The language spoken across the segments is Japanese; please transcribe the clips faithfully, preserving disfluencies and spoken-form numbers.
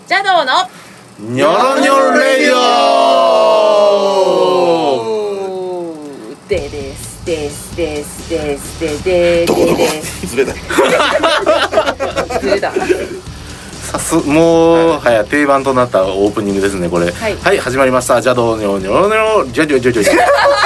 邪道のニョロニョロレディオでですですですですででどこどこですずれたずれたさすもうはや定番となったオープニングですねこれ。 はい、 はい、始まりました。邪道ニョロニョロニョロジャジョジョジョジョ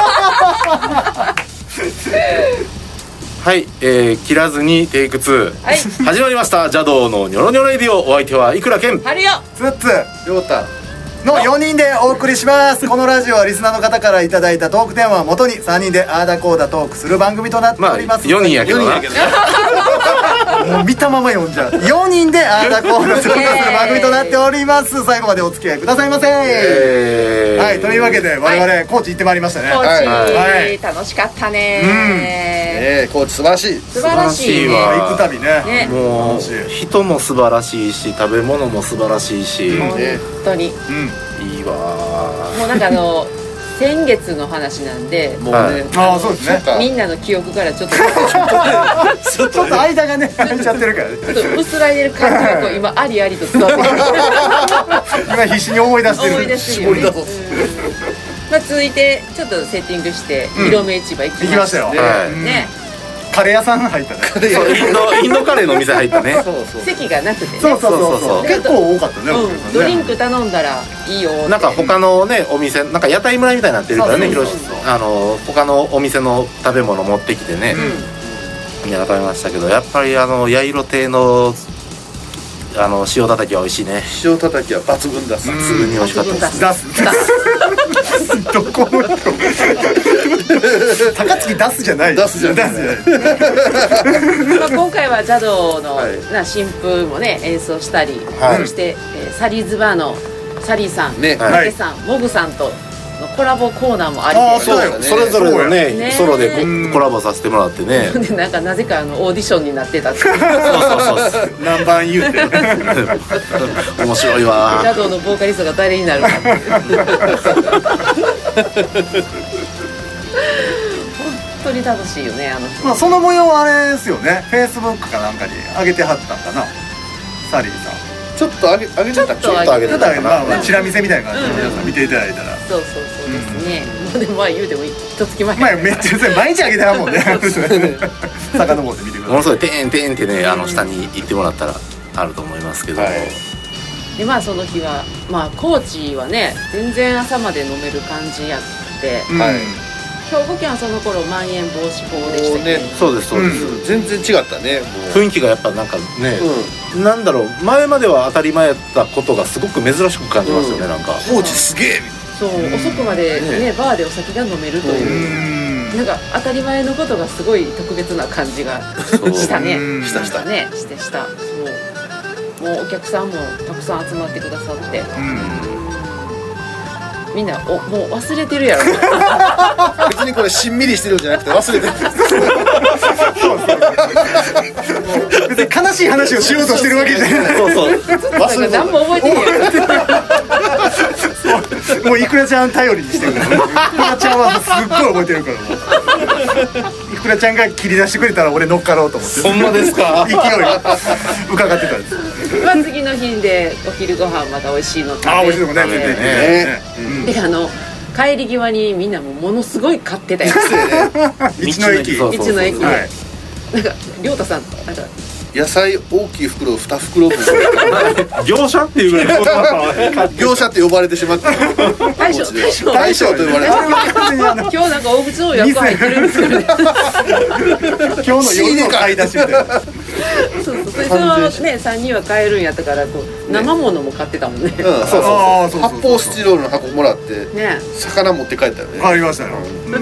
はい、えー、切らずにテイクツー、 はい、 始まりました邪道のニョロニョロレディオ。お相手はいくらけん、 はるよ、 つっつりょうたのよにんでお送りします。このラジオはリスナーの方からいただいたトークテーマをもとにさんにんであーだこーだトークする番組となっております。 まあよにんやけどな、 もう見たまま読んじゃう。よにんであーだこーだトークする番組となっております。最後までお付き合いくださいませ。 えー、 はい、というわけで我々、はい、高知行ってまいりましたね。 高知、 はい、 楽しかったねー、 うん、 ね、高知素晴らしい素晴らしいね。 行くたびね、 ね、 もう人も素晴らしいし食べ物も素晴らしいし、 本当に、 うん、 いいわ。 もうなんかあの先月の話なんでもうね、はい、 ああそうですね、 みんなの記憶からちょっとちょっと間がね空いちゃってるからね、 ちょっと薄らいでる感じがこう今ありありと伝わってきて今必死に思い出してる思い出してるよね、うん、まあ、続いてちょっとセッティングして広め市場行きましたよ、 うん、 ね、 はいね、カレー屋さん入ったね。 そうインドインドカレーの店入ったね。 そうそう席がなくてね、 そうそうそうそう、結構多かったね、 うん、ドリンク頼んだらいいよって。 なんか他のねお店なんか屋台村みたいになってるからね、広島あの他のお店の食べ物持ってきてね、みんな食べましたけど、やっぱりあの八色亭のあの塩叩きは美味しいね。 塩叩きは抜群だ。 抜群に美味しかったです。 出すどこの人高槻出すじゃない、 出すじゃない、まあ今回は邪道の、はい、な新風もね演奏したり、はい、そして、えー、サリーズバーのサリーさん、ね、タケさん、モグさんとのコラボコーナーもありで、 あそうだよね、それぞれのねねソロでコラボさせてもらってね、 でなんかなぜかあのオーディションになってたってそうそうそう何番言うて面白いわ。 邪道のボーカリストが誰になるかっていう本当に楽しいよねあの人。 まあその模様はあれですよね、フェイスブックかなんかに上げてはったんかな、サリーさんちょっと上げ上げてた、 ちょっと上げてたかな、 まあまあチラ見せみたいな感じで皆さん見ていただいたら、 そうそうそうですね、もうでもまあ言うても一月前、 まあめっちゃ毎日上げてはもんね遡って見てください。 ものすごいテンテンってね、あの下に行ってもらったらあると思いますけど、はい、 でまあその日はまあ高知はね全然朝まで飲める感じやって、はい、兵庫県はその頃まん延防止法でしたっけ、ね、 そうですそうです、 うん、全然違ったね、もう雰囲気がやっぱなんかね、うん、なんだろう、前までは当たり前だったことがすごく珍しく感じますよね、うん、なんか高知すげえそう、うん、遅くまでね、ね、バーでお酒が飲めるという、うん、なんか当たり前のことがすごい特別な感じがしたね、 したしたね、してした、そうもうお客さんもたくさん集まってくださって、うん、みんなおもう忘れてるやろ別にこれしんみりしてるんじゃなくて忘れてる別に悲しい話をしようとしてるわけじゃない。そうそう忘れて何も覚えてへんやんもういくらちゃん頼りにしてるからいくらちゃんはすっごい覚えてるからもういくらちゃんが切り出してくれたら俺乗っかろうと思って。 ほんまですか勢い伺ってたんです。 まあ次の日でお昼ご飯また美味しいの食べて、 あ美味しいのもね、ねであの帰り際にみんなもものすごい買ってたよ道の駅道の駅で、はい、なんか亮太さんなんか野菜大きい袋に袋分業者っていうぐらい業者って呼ばれてしまった大将大将大将と呼ばれて今日なんか大口の役入ってるんですけどね今日の夜の買い出しみたいなそうそう、それそのねさんにんは買えるんやったからこう生物も買ってたもんね。 そうそうそう。発泡スチロールの箱もらって魚持って帰ったよね。 買いましたよ。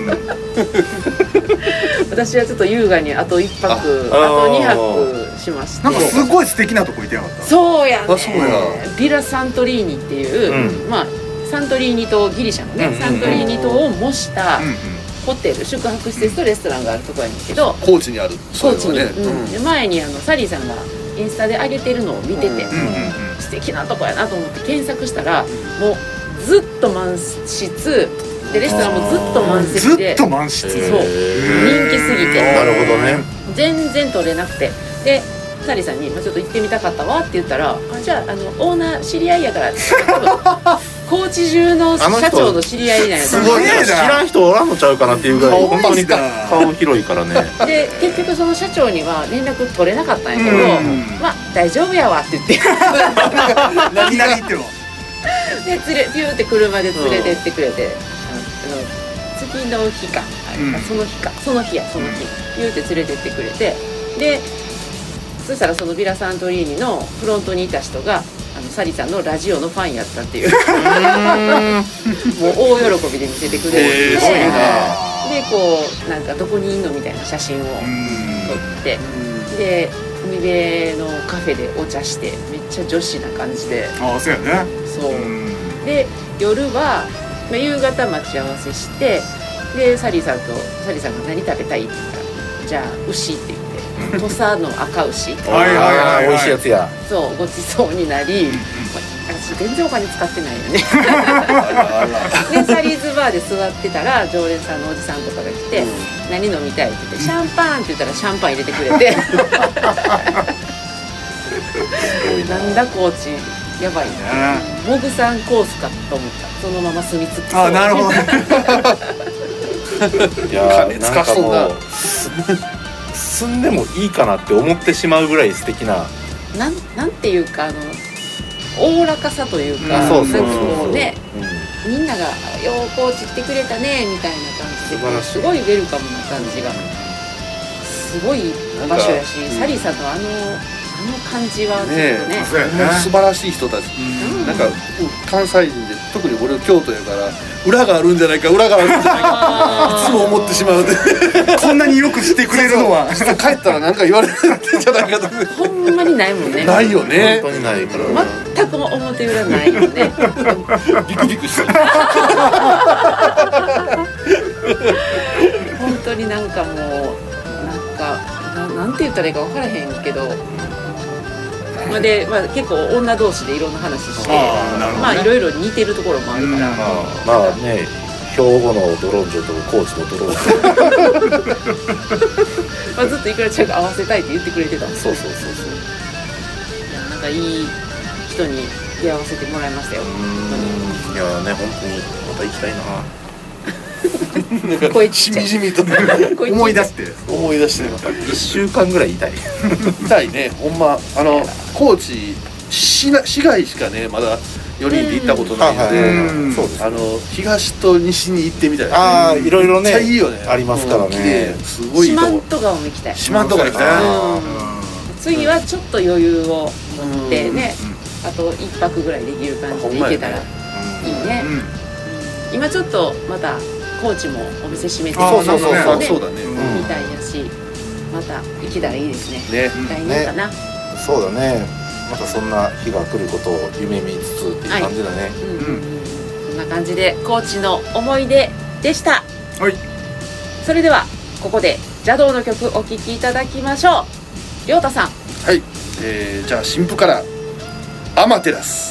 私はちょっと優雅にあといっぱくあとにはくしまして、 なんかすごい素敵なとこ行ってなかった。 そうやね。 あ、そうや。 ビラサントリーニっていうまあサントリーニ島、ギリシャのねサントリーニ島を模したホテル、宿泊施設とレストランがあるところやねんけど、 高知にある。 高知に、うん、で前にあのサリーさんがインスタで上げてるのを見てて、うん、素敵なとこやなと思って検索したら、もうずっと満室でレストランもずっと満席で、 ずっと満室、 そう人気すぎて、 なるほどね、 全然取れなくて、でサリーさんに、まあ、ちょっと行ってみたかったわって言ったら、あじゃあ、あのオーナー知り合いやからって多分高知中の社長の知り合いなんやと思う。 すごい知らん人おらんのちゃうかなっていうぐらい本当に顔広いからね。 で結局その社長には連絡取れなかったんやけど、まあ大丈夫やわって言って何々言ってもで連れピューって車で連れてってくれて、あの次の日か、うん、その日かその日やその日ピューって連れてってくれて、でそしたらそのビラサントリーニのフロントにいた人があのサリさんのラジオのファンやったっていうもう大喜びで見せてくれて、えー、でこうなんかどこにいんのみたいな写真を撮ってで海辺のカフェでお茶してめっちゃ女子な感じで、 ああそうやね。 そうで夜は、まあ、夕方待ち合わせしてでサリーさんとサリーさんが何食べたいって言ったらじゃあ牛って言って土佐の赤牛はいはいはい、美味しいやつや。 そうごちそうになり、私全然お金使ってないよねでサリーズバーで座ってたら常連さんのおじさんとかが来て、うん、何飲みたいって言ってシャンパンって言ったらシャンパン入れてくれてなんだコーチやばいな、モグさんコースかと思った。そのまま住み着く。 あなるほどいや金使そうな住んでもいいかなって思ってしまうぐらい素敵な、 なん、なんていうかあのおおらかさというか、 うん、そうそうそうもうね、うん、みんなが「ようコーチ来てくれたね」みたいな感じですごいウェルカムな感じがすごい場所やし、うん、サリーさんのあのあの感じはちょっとね、 ね素晴らしい人たち、うん、なんか関西人で特に俺京都やから裏があるんじゃないか裏があるんじゃないかいつも思ってしまうこんなによくしてくれるのは帰ったら何か言われるんじゃないかとほんまにないもんね。 ないよね本当にないから全く表裏ないよねビクビクしてる本当になんかもうなんか な, なんて言ったらいいか分からへんけどまあでまあ、結構女同士でいろんな話して、あ、ね、まあいろいろ似てるところもあるから、うん、まあ、まあね兵庫のドロンジョと高知のドロンジョまあずっといくらちゃんが合わせたいって言ってくれてた。 そうそうそうそう。 いやなんかいい人に出会わせてもらいましたよ。本当に。 いやね本当にまた行きたいな。 なんかしみじみと思い出して思い出していっしゅうかんぐらいいたいいたいねほんま。あの高知市街しかねまだよにんで行ったことないので、あの東と西に行ってみたいな。 ああいろいろねめっちゃいいよねありますからね。 すごい四万十川も行きたい。 四万十川行きたい。 次はちょっと余裕を持ってねあといっぱくぐらいできる感じで行けたらいいね。今ちょっとまた高知もお店閉めてるそうそうそうそうだねみたいやしまた行けたらいいですね。来年かな。 そうだね。またそんな日が来ることを夢見つつっていう感じだね。 こんな感じで高知の思い出でした。 はい。 それではここで邪道の曲お聴きいただきましょう。亮太さん。 はい、えー、じゃあ新婦からアマテラス。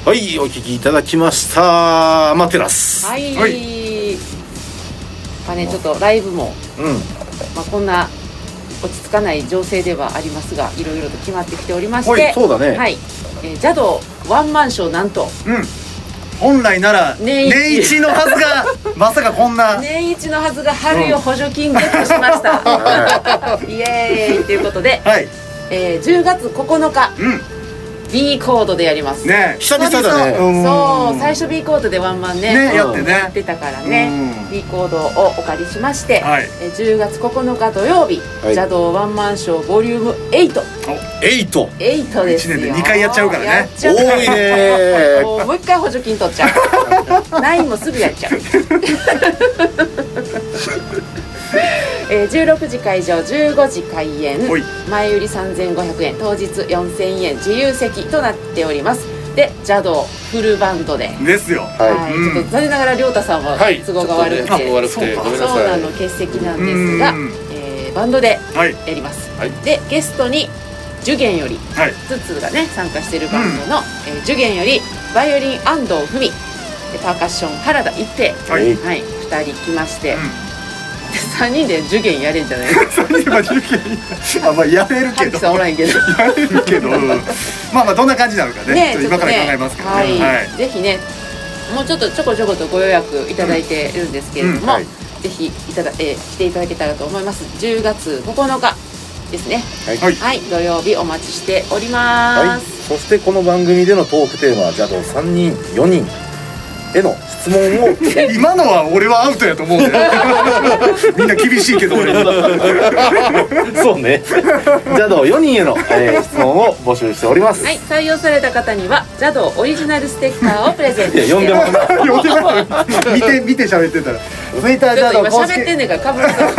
はい、お聞きいただきましたアマテラス。 はい、 はい、 まあね、ちょっとライブも、 うん、 まあ、こんな落ち着かない情勢ではありますが、いろいろと決まってきておりまして、 はい、そうだね、 はい、えー、邪道ワンマンショー、なんと、 うん、本来なら年一年一のはずがまさかこんな年一のはずが春よ補助金ゲットしました、うん、イエーイということで、 はい、 えー、じゅうがつここのか、 うん、 B コードでやりますね、 久々だね。 そう、最初 B コードでワンマンね、 ね、やってね、 やってたからね、 うん、 B コードをお借りしまして、 はい、 えじゅうがつここのか土曜日、 はい、 邪道ワンマンショーボリュームエイト。 エイトエイトですよ。 いちねんでにかいやっちゃうからね。 多いねもうもう一回補助金取っちゃうナインもすぐやっちゃうえー、じゅうろくじ会場、じゅうごじ開演、前売りさんぜんごひゃくえん、当日よんせんえん自由席となっております。で、邪道フルバンドでですよ。 はい、はい、うん、ちょっと残念ながら亮太さんは都合が悪くて、はい、 ね、悪くてごめんなさい。 そうなの、欠席なんですが、えー、バンドでやります、はい、でゲストに寿元より、はい、ツツがね参加しているバンドの、うん、えー、寿元よりバイオリン安藤文でパーカッション原田一平、はい、はい、ふたり来まして、うん、さんにんで寿元やれんじゃないさんにんは寿元あ、まあ、やれるけどさんおらんけどやれるけどまあまあどんな感じなのかね、ね、ちょっと今から考えますけど、ね、はい、はい、ぜひね、もうちょっとちょこちょことご予約いただいてるんですけれども、うんうん、はい、ぜひいただ、えー、来ていただけたらと思います。じゅうがつここのかですね、はい、はい、土曜日お待ちしております、はい、 そしてこの番組でのトークテーマは邪道さんにんよにんへの質問を今のは俺はアウトやと思うんだよみんな厳しいけど俺にそうね、邪道よにんへの、えー、質問を募集しております。 はい、採用された方には邪道オリジナルステッカーをプレゼントして呼んでもらう見て見て喋ってたらツイッター邪道公式今喋ってんねんからかぶらさ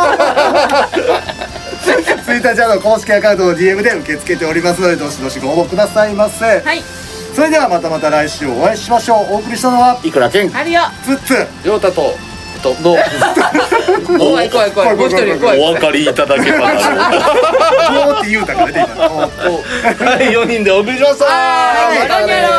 ツイッター邪道公式アカウントの ディーエム で受け付けておりますので、どしどしご応募くださいませ。はい、それではまたまた来週お会いしましょう。お送りしたのはいくらけん、 ハリオ、 ツッツ、 りょうたととの怖い怖い怖い、もう一人怖い。 お分かりいただけたらどうって言うたからね今。 はい、よにんでお送りしました。 はい、ニョロニョロ。